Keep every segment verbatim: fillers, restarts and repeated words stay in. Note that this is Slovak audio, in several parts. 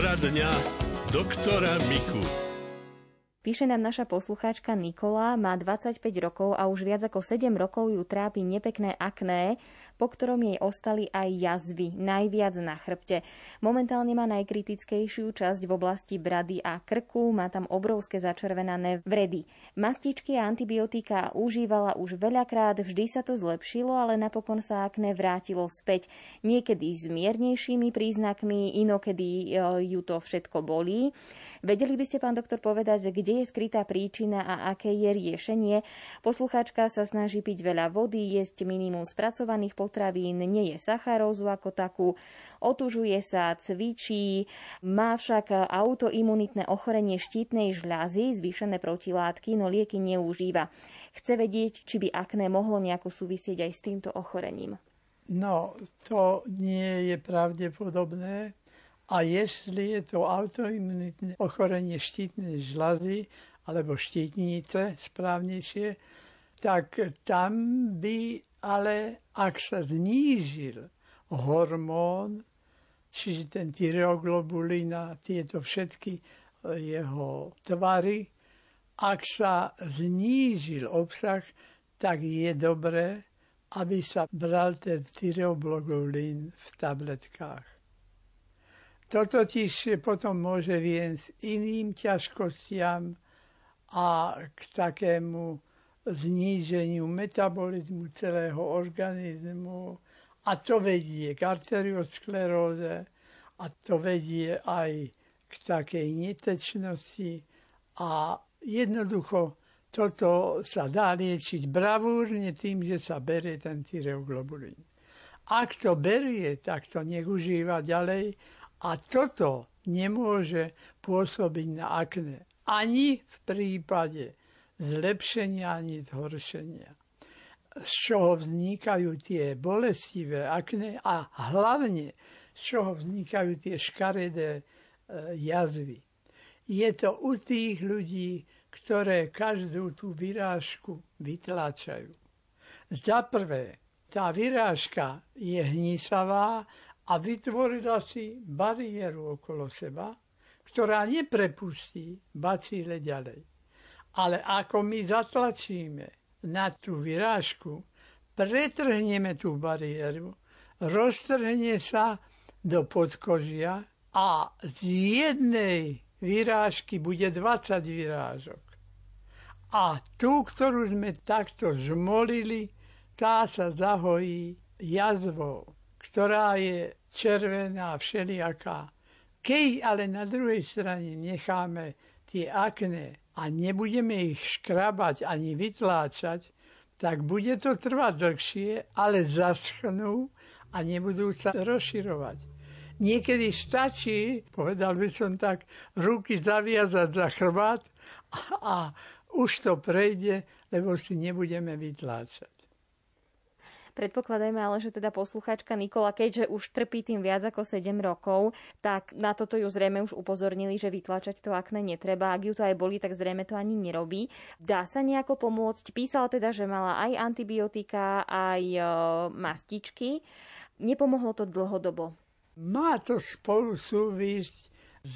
Poradňa doktora Miku. Píše nám naša poslucháčka Nikola, má dvadsaťpäť rokov a už viac ako sedem rokov ju trápi nepekné akné, po ktorom jej ostali aj jazvy, najviac na chrbte. Momentálne má najkritickejšiu časť v oblasti brady a krku, má tam obrovské začervenané vredy. Mastičky a antibiotika užívala už veľakrát, vždy sa to zlepšilo, ale napokon sa akné vrátilo späť. Niekedy s miernejšími príznakmi, inokedy ju to všetko bolí. Vedeli by ste, pán doktor, povedať, kde je skrytá príčina a aké je riešenie? Poslucháčka sa snaží piť veľa vody, jesť minimum spracovaných potravín, nie je sacharózu ako takú, otužuje sa, cvičí, má však autoimunitné ochorenie štítnej žľazy, zvýšené protilátky, no lieky neužíva. Chce vedieť, či by akné mohlo nejako súvisieť aj s týmto ochorením. No, to nie je pravdepodobné. A jestli je to autoimunitné ochorenie štítnej žľazy alebo štítnice správnejšie, tak tam by ale, ak sa znížil hormón, čiže ten tyreoglobulín a tieto všetky jeho tvary, ak sa znížil obsah, tak je dobré, aby sa bral ten tyreoglobulín v tabletkách. To totiž potom môže viesť iným ťažkostiam a k takému zníženiu metabolizmu celého organizmu. A to vedie k arterioskleróze a to vedie aj k takej netečnosti. A jednoducho toto sa dá liečiť bravúrne tým, že sa berie ten tyreoglobulín. Ak to berie, tak to nech užíva ďalej. A toto nemôže pôsobiť na akné. Ani v prípade zlepšenia, ani zhoršenia. Z čoho vznikajú tie bolestivé akné a hlavne z čoho vznikajú tie škaredé jazvy. Je to u tých ľudí, ktoré každú tú vyrážku vytláčajú. Za prvé, tá vyrážka je hnisavá a vytvorila si bariéru okolo seba, ktorá neprepustí bacíle ďalej. Ale ako my zatlačíme na tú vyrážku, pretrhneme tú bariéru, roztrhne sa do podkožia a z jednej vyrážky bude dvadsať vyrážok. A tú, ktorú sme takto žmolili, tá sa zahojí jazvou, ktorá je červená, všelijaká. Keď ale na druhej strane necháme tie akné a nebudeme ich škrabať ani vytláčať, tak bude to trvať dlhšie, ale zaschnú a nebudú sa rozširovať. Niekedy stačí, povedal by som tak, ruky zaviazať za chrbát a, a už to prejde, lebo si nebudeme vytláčať. Predpokladajme ale, že teda poslucháčka Nikola, keďže už trpí tým viac ako sedem rokov, tak na toto ju zrejme už upozornili, že vytlačať to akné netreba. Ak ju to aj bolí, tak zrejme to ani nerobí. Dá sa nejako pomôcť? Písala teda, že mala aj antibiotika, aj e, mastičky. Nepomohlo to dlhodobo? Má to spolu súvisť s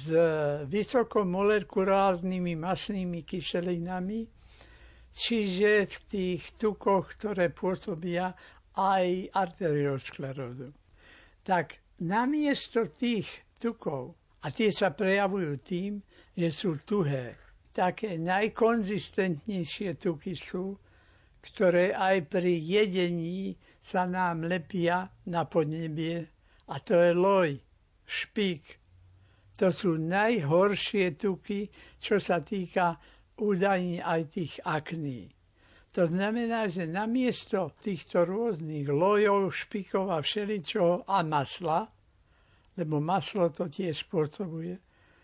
vysokomolekulárnymi masnými kyselinami, čiže v tých tukoch, ktoré pôsobia aj arteriosklerózu. Tak namiesto tých tukov, a tie sa prejavujú tým, že sú tuhé, také najkonzistentnejšie tuky sú, ktoré aj pri jedení sa nám lepia na podnebie, a to je loj, špík. To sú najhoršie tuky, čo sa týka údajne aj tých akní. To znamená, že namiesto týchto rôznych lojov, špikov a všeličoho a masla, lebo maslo to tiež spôsobuje,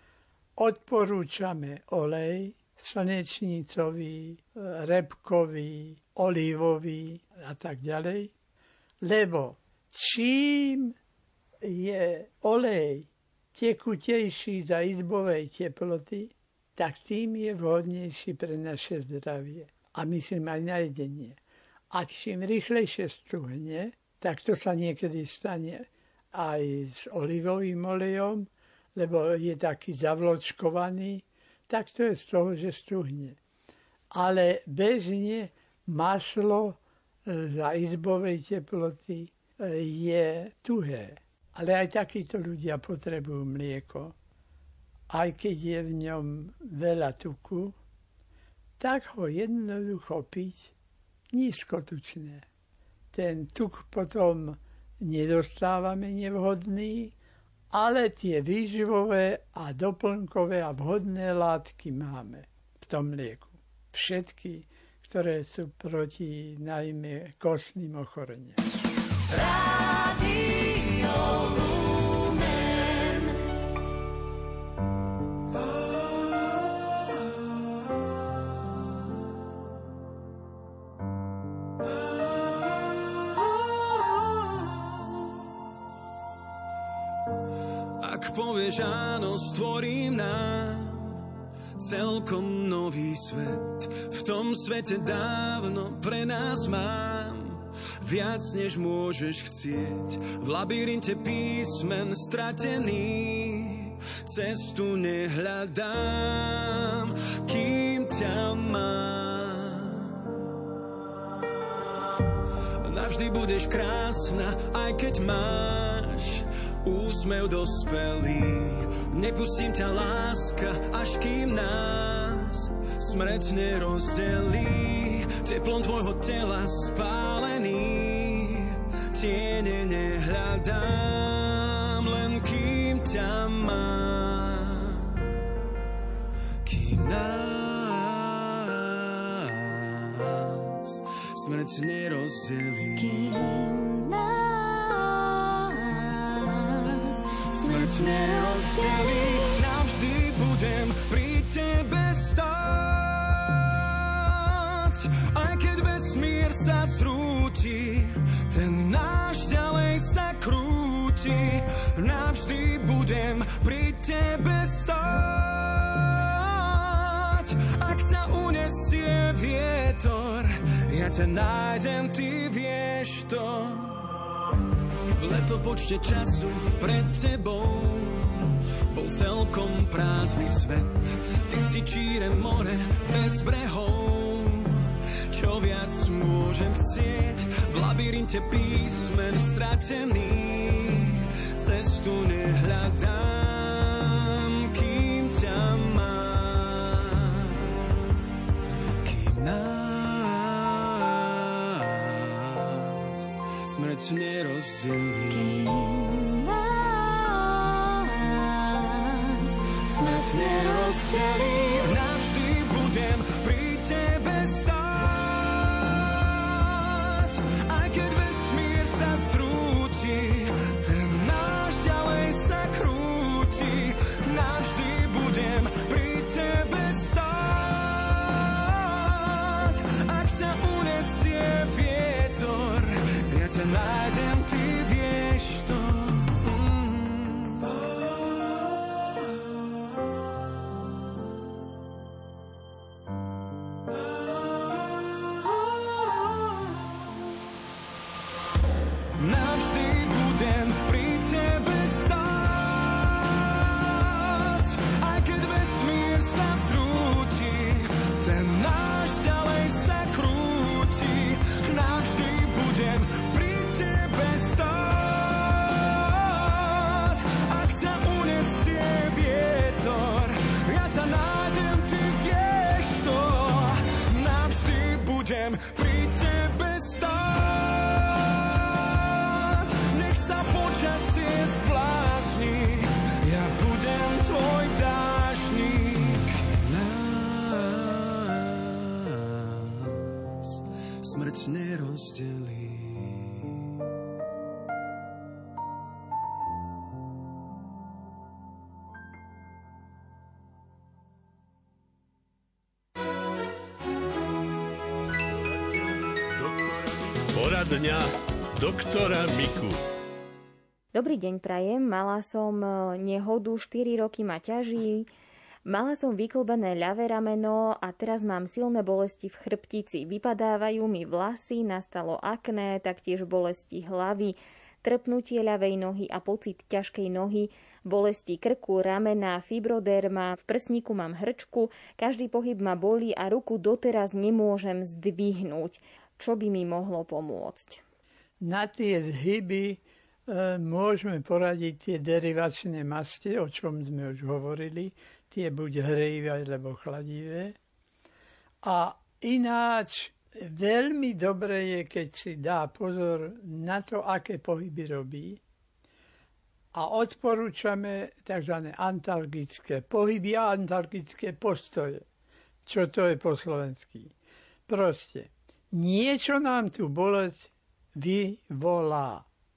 odporúčame olej slnečnicový, repkový, olivový a tak ďalej, lebo čím je olej tekutejší za izbovej teploty, tak tým je vhodnejší pre naše zdravie. A myslím aj na jedenie. A čím rýchlejšie stuhne, tak to sa niekedy stane aj s olivovým olejom, lebo je taký zavločkovaný, tak to je z toho, že stuhne. Ale bežne maslo za izbovej teploty je tuhé. Ale aj takíto ľudia potrebujú mlieko. Aj keď je v ňom veľa tuku, tak ho jednoducho piť nízkotučné. Ten tuk potom nedostávame nevhodný, ale tie výživové a doplnkové a vhodné látky máme v tom mlieku. Všetky, ktoré sú proti najmä kostným ochoreniam. Rádio Lumen. Ak povieš áno, stvorím nám celkom nový svet. V tom svete dávno pre nás mám viac, než môžeš chcieť. V labyrinte písmen stratený cestu nehľadám, kým ťa mám. Navždy budeš krásna, aj keď máš úsmev dospelý. Nepustím ťa, láska, až kým nás smrť nerozdelí. Teplom tvojho tela spálený tiene nehľadám, len kým ťa mám, kým nás smrť nerozdelí. Kým nás smrť nerozdelí, navždy budem pri tebe stáť, aj keď vesmír sa zrúti, ten náš ďalej sa krúti. Navždy budem pri tebe stáť, ak ťa unesie vietor, ja ťa nájdem, ty vieš to. V letopočte času pred tebou bol celkom prázdny svet. Ty si číre more bez brehov, čo viac môžem chcieť. V labyrinte písmen stratený cestu nehľadám, kým ťa mám, kým nás smrť nerozdelí. Kým nás smrť nerozdelí, navždy budem pri tebe stáť, aj keď vesmír sa strúti, ten náš ďalej sa krúti. Navždy budem pri tebe stáť, ak ťa unesie vietor, ja ťa nájdem, ty vieš to. Navždy budem pri tebe stáť, aj keď vesmír sa zrúti, ten náš ďalej sa krúti. Navždy budem pri tebe stáť, ak ťa unesie vietor, ja ťa nájdem, ty vieš to. Navždy budem pri tebe stáť, nech sa počasie zblázni, ja budem tvoj dážnik. Nás smrť nerozdelí. Poradňa doktora Miku. Dobrý deň prajem, mala som nehodu, štyri roky ma ťaží, mala som vyklbené ľavé rameno a teraz mám silné bolesti v chrbtici. Vypadávajú mi vlasy, nastalo akné, taktiež bolesti hlavy. trpnutie ľavej nohy a pocit ťažkej nohy, bolesti krku, ramena, fibroderma, v prsníku mám hrčku, každý pohyb ma bolí a ruku doteraz nemôžem zdvihnúť. Čo by mi mohlo pomôcť? Na tie zhyby e, môžeme poradiť tie derivačné masti, o čom sme už hovorili, tie buď hrejivé alebo chladivé. A ináč veľmi dobre je, keď si dá pozor na to, aké pohyby robí. A odporúčame tzv. Antalgické pohyby a antalgické postoje. Čo to je po slovensky? Proste, niečo nám tu bolesť vyvolá.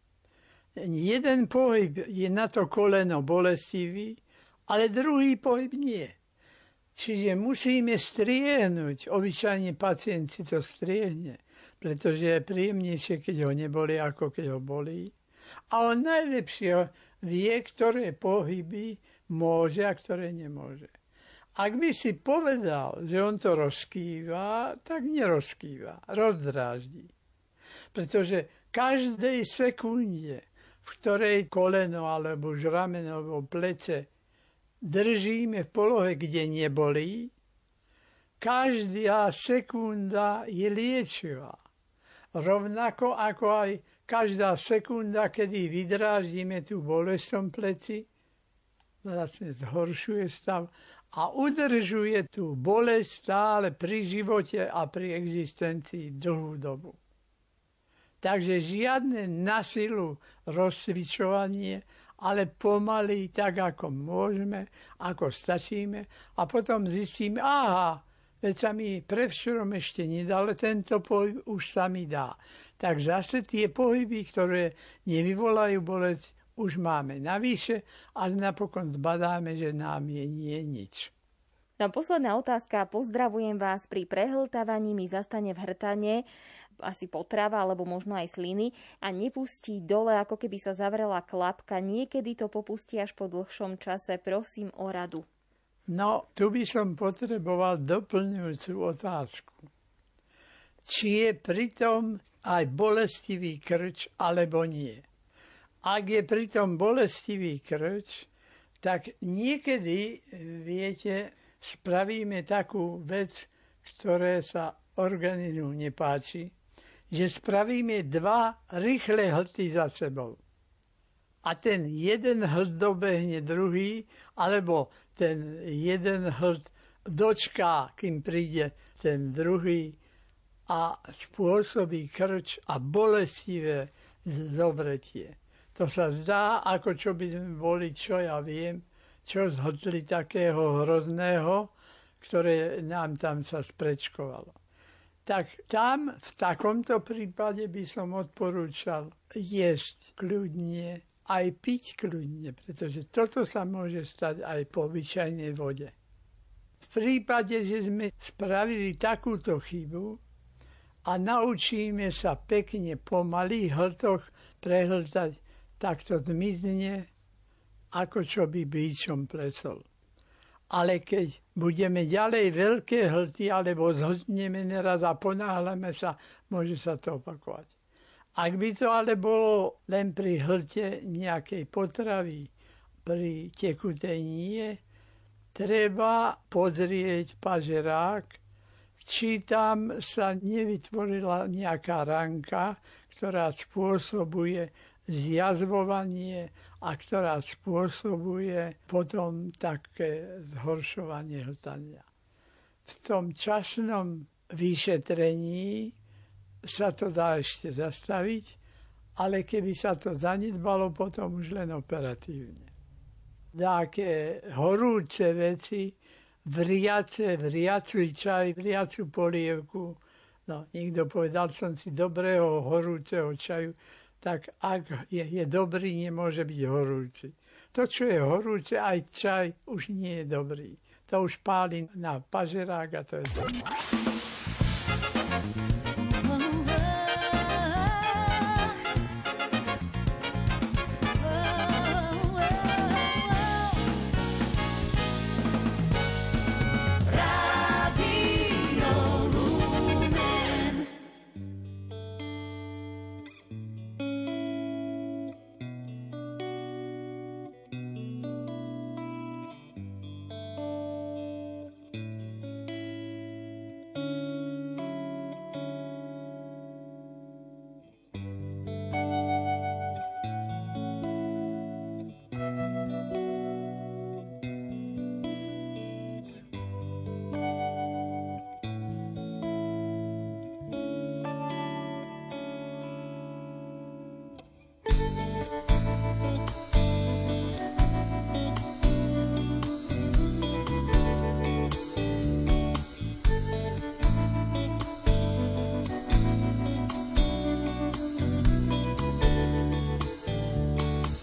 Jeden pohyb je na to koleno bolestivý, ale druhý pohyb nie. Čiže musíme striehnúť. Obyčajne pacient si to striehne, pretože je príjemnejšie, keď ho neboli, ako keď ho bolí. A on najlepšie vie, ktoré pohyby môže a ktoré nemôže. Ak by si povedal, že on to rozkýva, tak nerozkýva, rozdráždi. Pretože každej sekunde, v ktorej koleno, alebo už rameno, alebo plece držíme v polohe, kde nebolí, každá sekunda je liečivá. Rovnako ako aj každá sekunda, kedy vydráždime tú bolesť v tom pleci, vlastne zhoršuje stav a udržuje tú bolesť stále pri živote a pri existencii dlhú dobu. Takže žiadne na silu rozcvičovanie, ale pomaly, tak ako môžeme, ako stačíme. A potom zistíme, aha, veď sa mi prevčerom ešte nedal, tento pohyb už sa mi dá. Tak zase tie pohyby, ktoré nevyvolajú bolesť, už máme navyše, ale napokon zbadáme, že nám je nie nič. No posledná otázka. Pozdravujem vás. Pri prehltávaní mi zastane v hrtane asi potrava, alebo možno aj sliny a nepustí dole, ako keby sa zavrela klapka. Niekedy to popustí až po dlhšom čase. Prosím o radu. No, tu by som potreboval doplňujúcu otázku. Či je pritom aj bolestivý krč, alebo nie. Ak je pritom bolestivý krč, tak niekedy, viete, spravíme takú vec, ktoré sa organizmu nepáči, že spravíme dva rýchle hlty za sebou. A ten jeden hlt dobehne druhý, alebo ten jeden hlt dočká, kým príde ten druhý a spôsobí krč a bolestivé zovretie. To sa zdá, ako čo by sme boli, čo ja viem, čo zhltli takého hrozného, ktoré nám tam sa sprečkovalo. Tak tam v takomto prípade by som odporúčal jesť kľudne, aj piť kľudne, pretože toto sa môže stať aj po obyčajnej vode. V prípade, že sme spravili takúto chybu a naučíme sa pekne po malých hltoch prehltať, tak to zmizne, ako čo by bíčom plesol. Ale keď budeme ďalej veľké hlty, alebo zhltneme neraz a ponáhľame sa, môže sa to opakovať. Ak by to ale bolo len pri hlte nejakej potravy, pri tekutej nie, treba pozrieť pažerák, či tam sa nevytvorila nejaká ranka, ktorá spôsobuje zjazvovanie a ktorá spôsobuje potom také zhoršovanie hltania. V tom časnom vyšetrení sa to dá ešte zastaviť, ale keby sa to zanedbalo, potom už len operatívne. Také horúce veci, vriace, vriacu čaj, vriacu polievku, no niekto povedal som si dobrého horúceho čaju, tak ak je, je dobrý, nemôže byť horúci. To, čo je horúce, aj čaj, už nie je dobrý. To už páli na pažerák a to je to.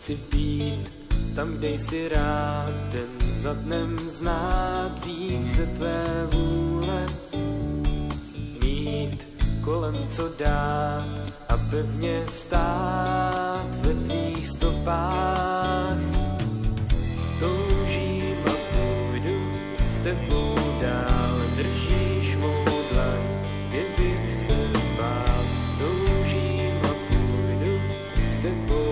Chci být tam, kde jsi rád, den za dnem znát více tvé vůle, mít kolem co dát a pevně stát ve tvých stopách. Toužím a půjdu s tebou dál, držíš mou dlaň, kdybych se bál. Toužím a půjdu s tebou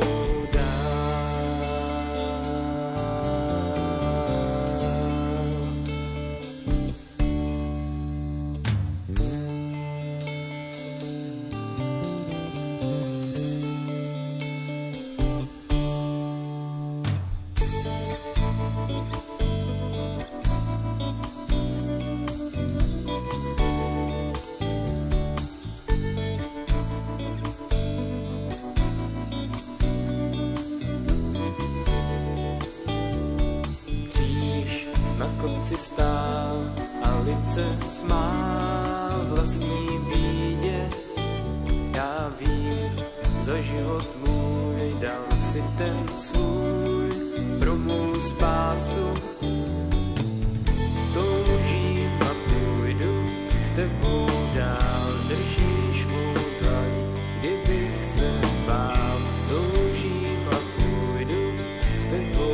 stál a lice smál vlastní bídě. Já vím, za život můj dal si ten svůj pro mou spásu. Toužím a půjdu s tebou dál, držíš mou dlaň, kdybych se bál. Toužím a půjdu s tebou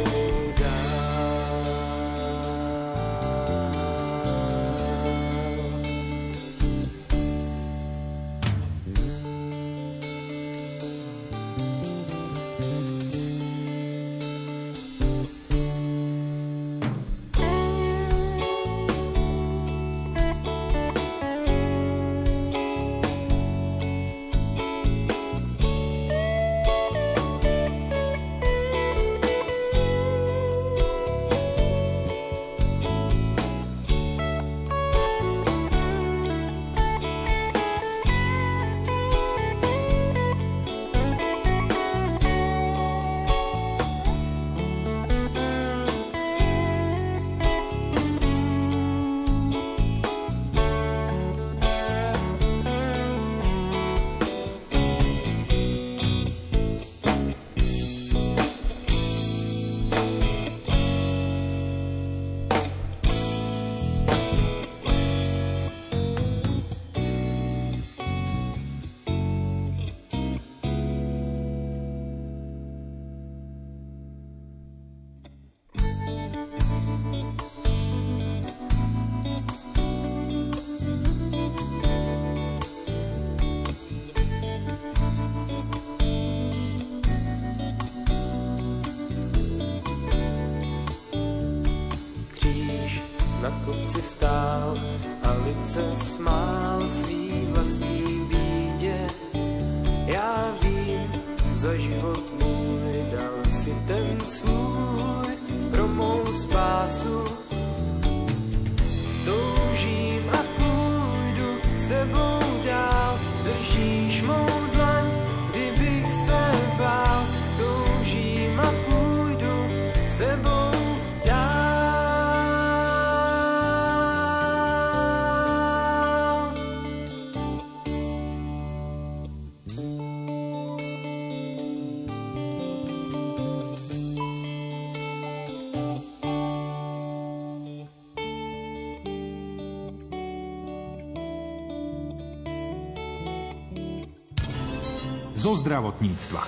stál a lice smál svý vlastní bídě. Já vím, za život můj dal si ten svůj pro mou spásu. Toužím a půjdu s tebou dál, držíš mou dlaň, kdybych se bál. Toužím a půjdu s tebou dál. Zo zdravotníctva.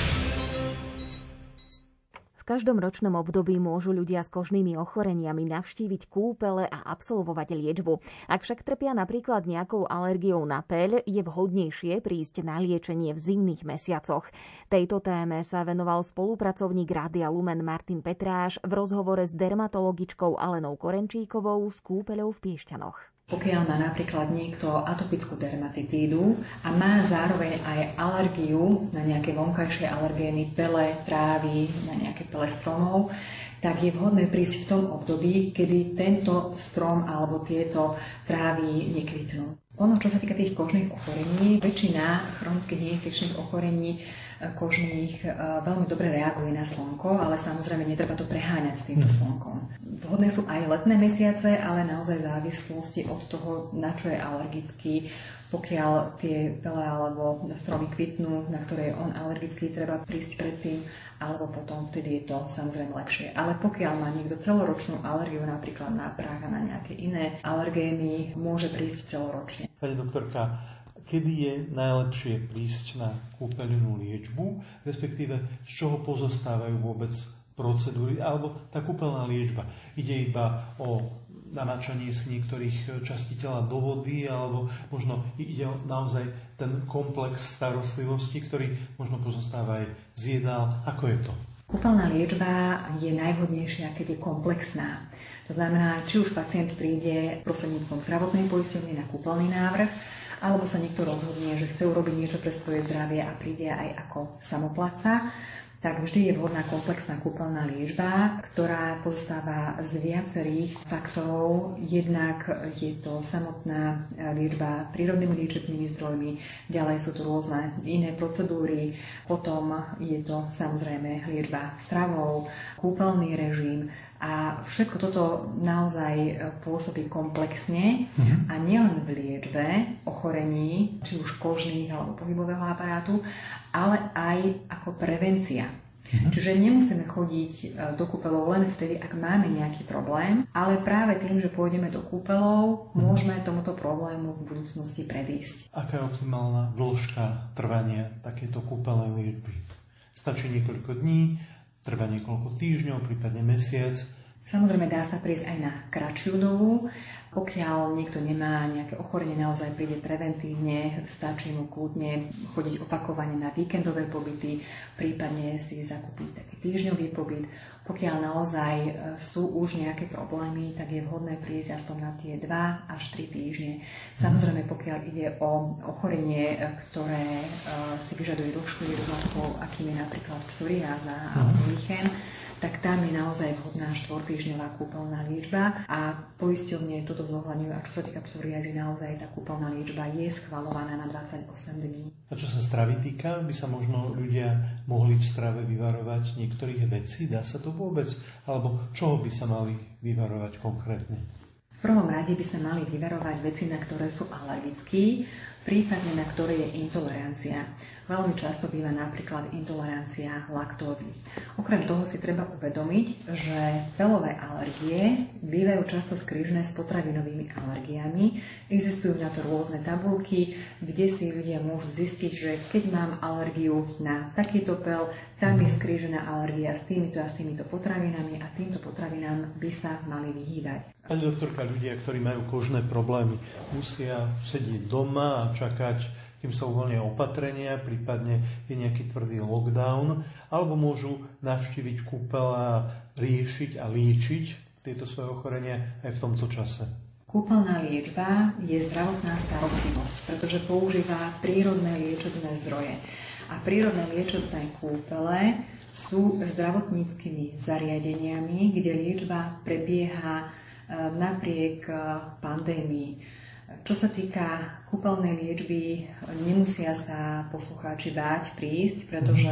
V každom ročnom období môžu ľudia s kožnými ochoreniami navštíviť kúpele a absolvovať liečbu. Ak však trpia napríklad nejakou alergiou na peľ, je vhodnejšie prísť na liečenie v zimných mesiacoch. Tejto téme sa venoval spolupracovník Rádia Lumen Martin Petráš v rozhovore s dermatologičkou Alenou Korenčíkovou z kúpeľou v Piešťanoch. Pokiaľ má napríklad niekto atopickú dermatitídu a má zároveň aj alergiu na nejaké vonkajšie alergény, pele, trávy, na nejaké pele stromov, tak je vhodné prísť v tom období, kedy tento strom alebo tieto trávy nekvitnú. Ono, čo sa týka tých kožných ochorení, väčšina chronických neinfekčných ochorení kožných veľmi dobre reaguje na slnko, ale samozrejme netreba to preháňať s týmto slnkom. Vhodné sú aj letné mesiace, ale naozaj v závislosti od toho, na čo je alergický. Pokiaľ tie pele alebo stromy kvitnú, na ktoré je on alergický, treba prísť predtým alebo potom vtedy je to samozrejme lepšie. Ale pokiaľ má niekto celoročnú alergiu napríklad na prach a na nejaké iné alergény, môže prísť celoročne. Pani doktorka, kedy je najlepšie prísť na kúpeľnú liečbu, respektíve z čoho pozostávajú vôbec procedúry alebo tá kúpeľná liečba? Ide iba o namáčanie si niektorých častí tela do vody, alebo možno ide naozaj ten komplex starostlivosti, ktorý možno pozostáva aj z jedál. Ako je to? Kúpeľná liečba je najvhodnejšia, keď je komplexná. To znamená, či už pacient príde prostredníctvom zdravotnej poisťovne na kúpeľný návrh, alebo sa niekto rozhodne, že chce urobiť niečo pre svoje zdravie a príde aj ako samoplatca, tak vždy je vhodná komplexná kúpeľná liečba, ktorá pozostáva z viacerých faktorov. Jednak je to samotná liečba prírodnými liečebnými zdrojmi, ďalej sú tu rôzne iné procedúry, potom je to samozrejme liečba stravou, kúpeľný režim a všetko toto naozaj pôsobí komplexne a nielen v liečbe ochorení, či už kožných alebo pohybového aparátu, ale aj ako prevencia. Mhm. Čiže nemusíme chodiť do kúpeľov len vtedy, ak máme nejaký problém, ale práve tým, že pôjdeme do kúpeľov, môžeme tomuto problému v budúcnosti predísť. Aká je optimálna dĺžka trvania takéto kúpeľnej liečby? Stačí niekoľko dní, trvá niekoľko týždňov, prípadne mesiac? Samozrejme dá sa prísť aj na kratšiu dobu. Pokiaľ niekto nemá nejaké ochorenie, naozaj príde preventívne, stačí mu kľudne chodiť opakovane na víkendové pobyty, prípadne si zakúpiť taký týždňový pobyt. Pokiaľ naozaj sú už nejaké problémy, tak je vhodné prísť aspoň na tie dva až tri týždne. Samozrejme, pokiaľ ide o ochorenie, ktoré si vyžaduje dĺžku jednotkov, akým je napríklad psoriáza alebo lichen, tak tam je naozaj vhodná štvortýždňová kúpeľná liečba a poisťovne toto zohľadňujú. A čo sa týka psoriázy, naozaj tá kúpeľná liečba je schvaľovaná na dvadsaťosem dní. A čo sa stravy týka, by sa možno ľudia mohli v strave vyvarovať niektorých vecí? Dá sa to vôbec? Alebo čoho by sa mali vyvarovať konkrétne? V prvom rade by sa mali vyvarovať veci, na ktoré sú alergickí, prípadne na ktoré je intolerancia. Veľmi často býva napríklad intolerancia laktózy. Okrem toho si treba uvedomiť, že peľové alergie bývajú často skrížené s potravinovými alergiami. Existujú na to rôzne tabuľky, kde si ľudia môžu zistiť, že keď mám alergiu na takýto peľ, tam je skrížená alergia s týmito a s týmito potravinami a týmto potravinám by sa mali vyhýbať. Pani doktorka, ľudia, ktorí majú kožné problémy, musia sedieť doma a čakať, kým sa uvoľnia opatrenia, prípadne je nejaký tvrdý lockdown, alebo môžu navštíviť kúpeľ a riešiť a liečiť tieto svoje ochorenia aj v tomto čase. Kúpeľná liečba je zdravotná starostlivosť, pretože používa prírodné liečebné zdroje. A prírodné liečebné kúpele sú zdravotníckymi zariadeniami, kde liečba prebieha napriek pandémii. Čo sa týka kúpeľnej liečby, nemusia sa poslucháči báť prísť, pretože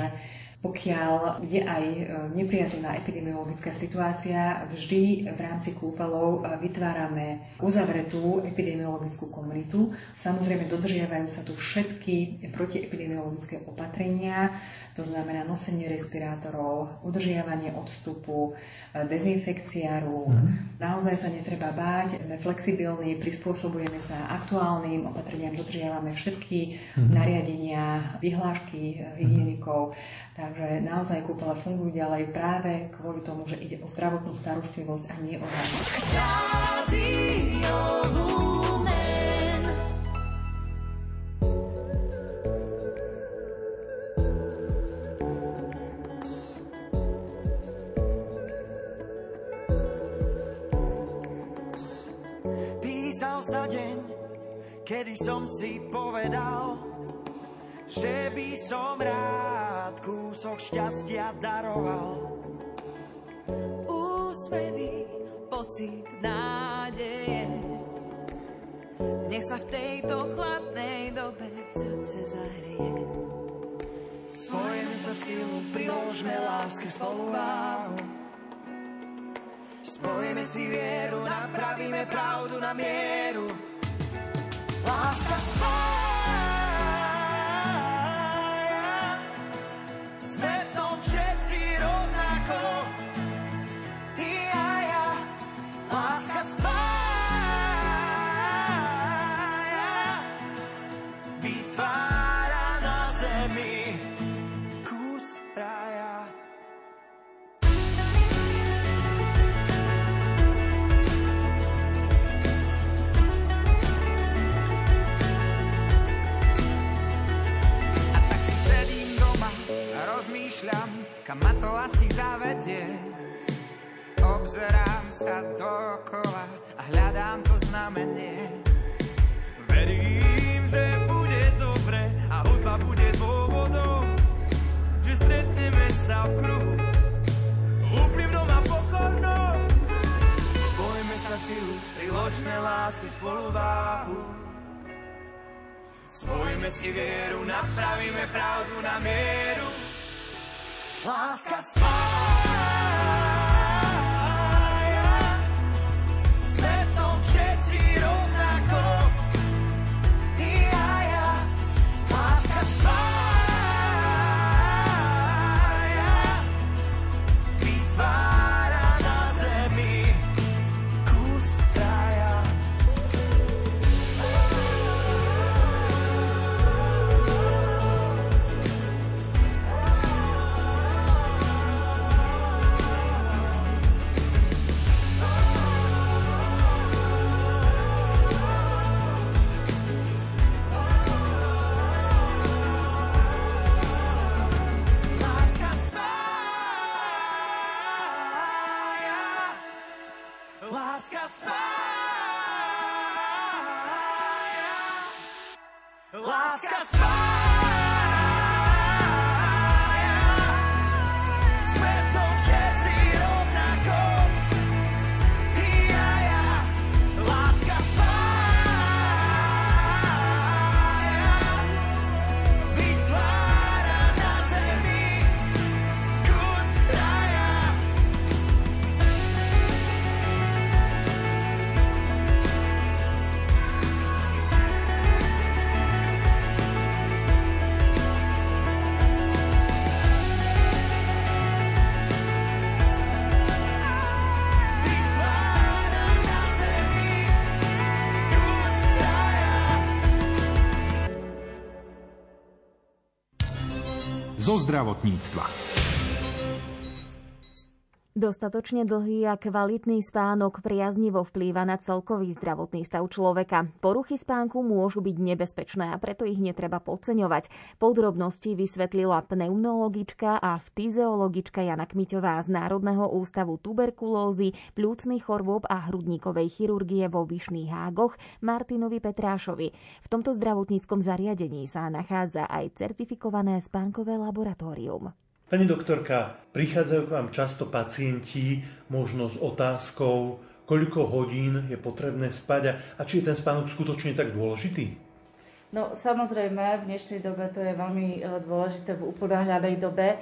pokiaľ je aj nepriaznivá epidemiologická situácia, vždy v rámci kúpeľov vytvárame uzavretú epidemiologickú komunitu. Samozrejme dodržiavajú sa tu všetky protiepidemiologické opatrenia, to znamená nosenie respirátorov, udržiavanie odstupu, dezinfekcia rúk. Mm. Naozaj sa netreba báť, sme flexibilní, prispôsobujeme sa aktuálnym opatreniam, dodržiavame všetky mm. nariadenia, vyhlášky hygienikov. Takže naozaj kúpele fungujú ďalej práve kvôli tomu, že ide o zdravotnú starostlivosť a nie o závisť. Písal sa deň, kedy som si povedal, že by som rád kúsok šťastia daroval. Úsmevy, pocit nádeje, nech sa v tejto chladnej dobe srdce zahreje. Spojme sa silu, priložme láske spoluváhu. Spojme si vieru, napravíme pravdu na mieru. Láska spája. Sme v tom všetci tam, kam ma to asi zavedie. Obzerám sa dookola a hľadám to znamenie. Verím, že bude dobre a hudba bude dôvodom, že stretneme sa v kruhu, úprimnom a pokornom. Spojme sa silu, priložme lásky spolu váhu. Spojme si vieru, napravíme pravdu na mieru. Láska spája, sme v tom všetci rovnako. Ty a ja, láska spája, vytvára na zemi kus raja. Láska spája, láska spája, sme v tom všetci rovnako. Ty a ja, láska spája, vytvára na zemi kus raja. Zo zdravotníctva. Dostatočne dlhý a kvalitný spánok priaznivo vplýva na celkový zdravotný stav človeka. Poruchy spánku môžu byť nebezpečné a preto ich netreba podceňovať. Podrobnosti vysvetlila pneumologička a fyziologička Jana Kmiťová z Národného ústavu tuberkulózy, pľúcnych chorôb a hrudníkovej chirurgie vo Vyšných Hágoch Martinovi Petrášovi. V tomto zdravotníckom zariadení sa nachádza aj certifikované spánkové laboratórium. Pani doktorka, prichádzajú k vám často pacienti, možno s otázkou, koľko hodín je potrebné spať a či je ten spánok skutočne tak dôležitý? No samozrejme, v dnešnej dobe to je veľmi dôležité v uponáhľanej dobe.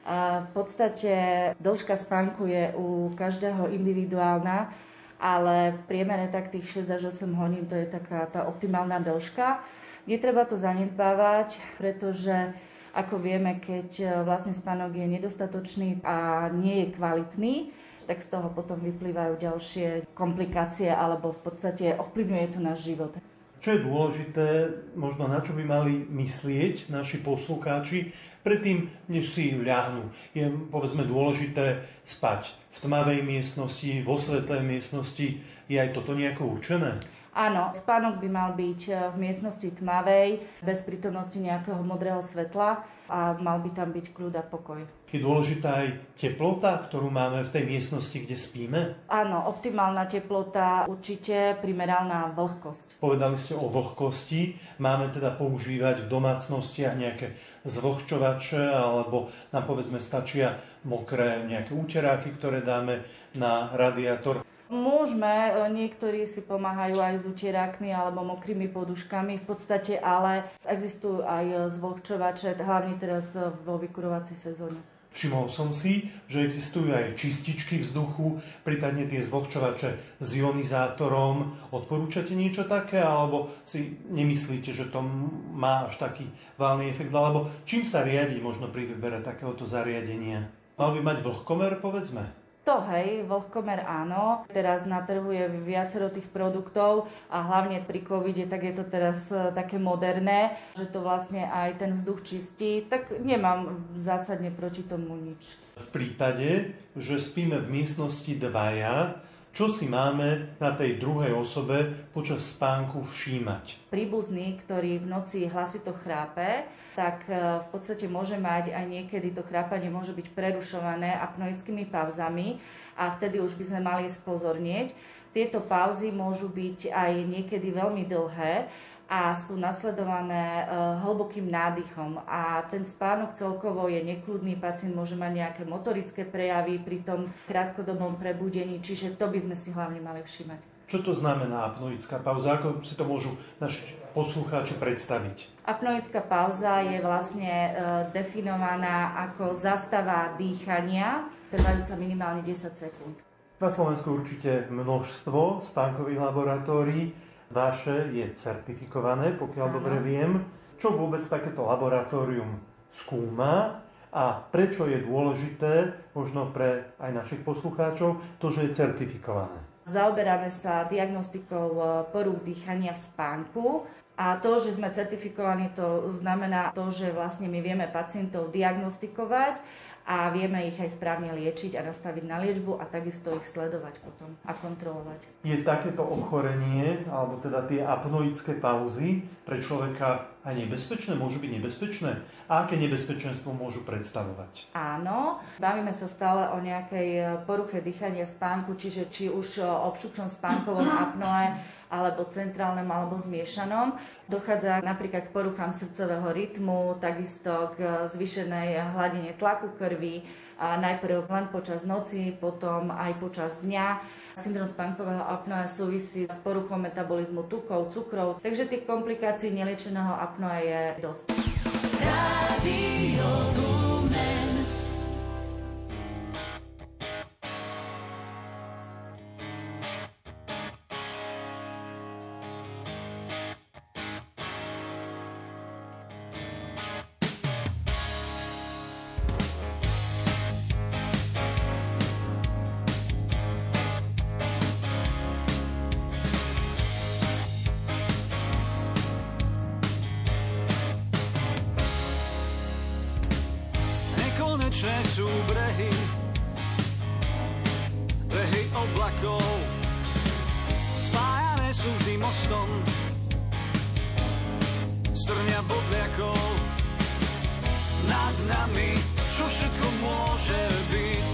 A v podstate dĺžka spánku je u každého individuálna, ale v priemere tak tých šesť až osem hodín to je taká tá optimálna dĺžka. Netreba to zanedbávať, pretože ako vieme, keď vlastne spánok je nedostatočný a nie je kvalitný, tak z toho potom vyplývajú ďalšie komplikácie alebo v podstate ovplyvňuje to náš život. Čo je dôležité, možno na čo by mali myslieť naši poslucháči, predtým, než si ľahnú. Je, povedzme, dôležité spať v tmavej miestnosti, vo svetlej miestnosti. Je aj toto nejako určené? Áno, spánok by mal byť v miestnosti tmavej, bez prítomnosti nejakého modrého svetla a mal by tam byť kľud a pokoj. Je dôležitá aj teplota, ktorú máme v tej miestnosti, kde spíme? Áno, optimálna teplota, určite primerálna vlhkosť. Povedali ste o vlhkosti. Máme teda používať v domácnostiach nejaké zvlhčovače, alebo nám povedzme stačia mokré nejaké úteráky, ktoré dáme na radiátor. Môžeme, niektorí si pomáhajú aj s utierákmi alebo mokrými poduškami v podstate, ale existujú aj zvlhčovače, hlavne teraz vo vykurovacej sezóne. Všimol som si, že existujú aj čističky vzduchu, prípadne tie zvlhčovače s ionizátorom. Odporúčate niečo také, alebo si nemyslíte, že to má až taký valný efekt? Alebo čím sa riadi možno pri výbere takéhoto zariadenia? Mal by mať vlhkomer, povedzme? To hej, vlhkomer áno. Teraz na trhu je viacero tých produktov a hlavne pri covide, tak je to teraz také moderné, že to vlastne aj ten vzduch čistí, tak nemám zásadne proti tomu nič. V prípade, že spíme v miestnosti dvaja, Čo si máme na tej druhej osobe počas spánku všímať? Príbuzný, ktorý v noci hlasito chrápe, tak v podstate môže mať aj niekedy to chrápanie môže byť prerušované apnoickými pauzami a vtedy už by sme mali spozornieť. Tieto pauzy môžu byť aj niekedy veľmi dlhé a sú nasledované hlbokým nádychom. A ten spánok celkovo je nekľudný, pacient môže mať nejaké motorické prejavy pri tom krátkodobom prebudení, čiže to by sme si hlavne mali všímať. Čo to znamená apnoická pauza? Ako si to môžu naši poslucháči predstaviť? Apnoická pauza je vlastne definovaná ako zastava dýchania, trvajúca minimálne desať sekúnd. Na Slovensku určite množstvo spánkových laboratórií. Vaše je certifikované, pokiaľ Aha. dobre viem. Čo vôbec takéto laboratórium skúma a prečo je dôležité, možno pre aj našich poslucháčov, to, že je certifikované? Zaoberáme sa diagnostikou porúch dýchania v spánku a to, že sme certifikovaní, to znamená to, že vlastne my vieme pacientov diagnostikovať a vieme ich aj správne liečiť a nastaviť na liečbu a takisto ich sledovať potom a kontrolovať. Je takéto ochorenie, alebo teda tie apnoické pauzy pre človeka aj nebezpečné? Môžu byť nebezpečné? A aké nebezpečenstvo môžu predstavovať? Áno, bavíme sa stále o nejakej poruche dýchania spánku, čiže či už obštrukčnom spánkovom apnoe, alebo centrálnom, alebo zmiešanom. Dochádza napríklad k poruchám srdcového rytmu, takisto k zvýšenej hladine tlaku krvi, a najprv len počas noci, potom aj počas dňa. Syndrom spánkového apnoea súvisí s poruchou metabolizmu tukov, cukrov, takže tých komplikácií neliečeného apnoea je dosť. Radio Lumen. Sú brehy, brehy oblakov, spájané sú vždy mostom, strňa bodliakov. Nad nami, čo všetko môže byť,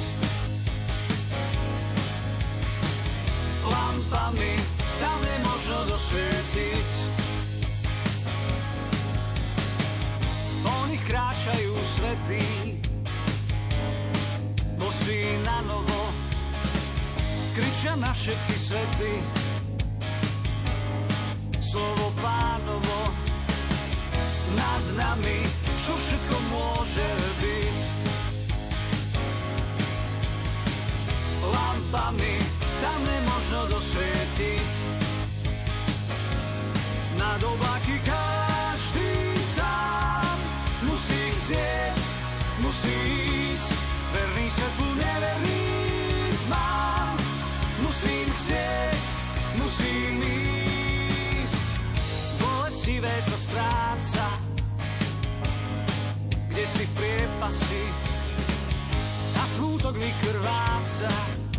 lampami tam nemožno dosvietiť. Po nich kráčajú svätí, bosí na novo, kričia na všetky svety. Slovo Pánovo nad nami, čo všetko môže byť. Lampami tam nemožno dosvietiť. Nad oblaky každý sám musí chcieť, musí ísť. Verný svetlu, neverný tmám. Musím chcieť, musím ísť. Bolestivé sa stráca, kde si v priepasti a smútok vykrváca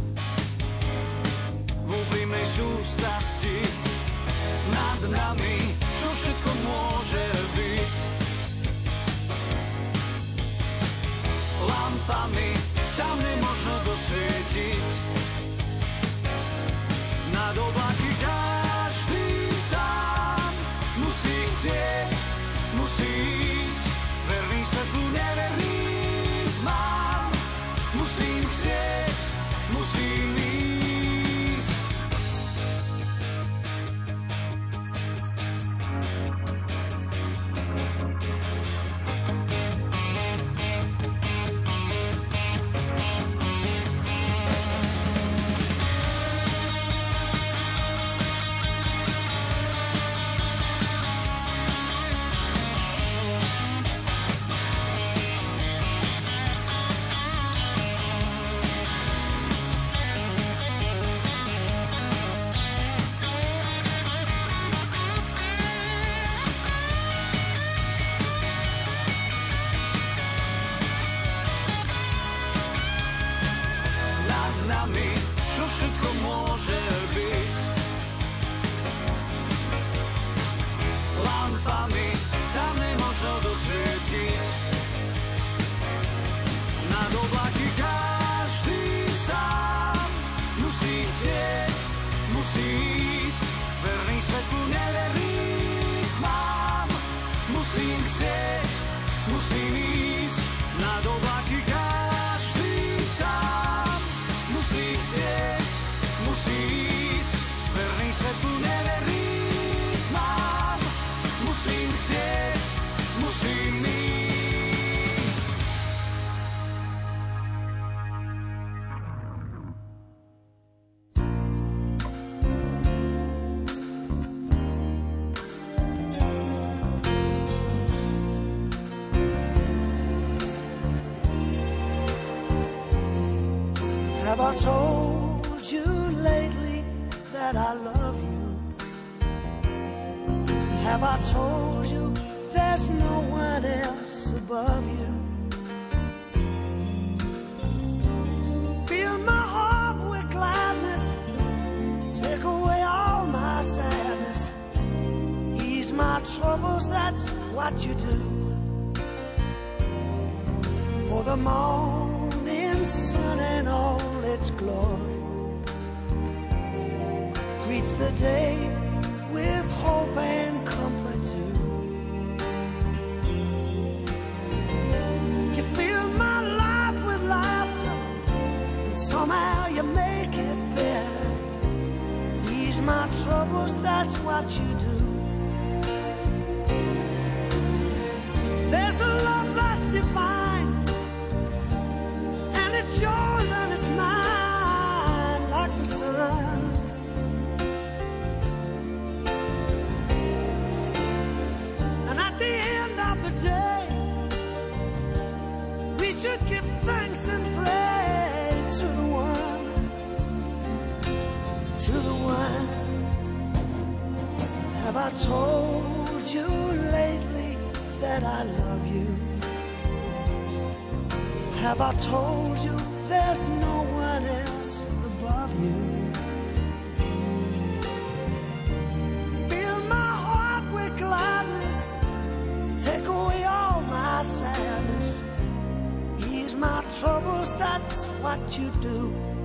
v úprimnej sústrasti. Nad nami, čo všetko môže byť. Lampami tam nemožno dosvietiť. Nad oblaky každý sám musí chcieť, musí ísť. Verný svetlu, neverný tmám. Musím chcieť, musím ísť. Čo čo všetko môže byť. Lampami tam nemožno dosvietiť. Nad oblaky každý sám musí chcieť, musí ísť, verný svetlu neverných tmám. Musím chcieť, musím ísť, nad oblaky každý sám musí chcieť, musí ísť, verný svetlu neverných tmám. Musím chcieť, musím ísť. Have I told you lately that I love you? Have I told you there's no one else above you? Fill my heart with gladness, take away all my sadness, ease my troubles, that's what you do. For the morning sun and all its glory greets the day with hope and comfort too. You fill my life with laughter, and somehow you make it better. Ease my troubles, that's what you do. There's a love that's divine, and it's yours and it's mine, like the sun. And at the end of the day, we should give thanks and pray to the one, to the one. Have I told you lately that I love you? Have I told you there's no one else above you? Fill my heart with gladness, take away all my sadness, ease my troubles, that's what you do.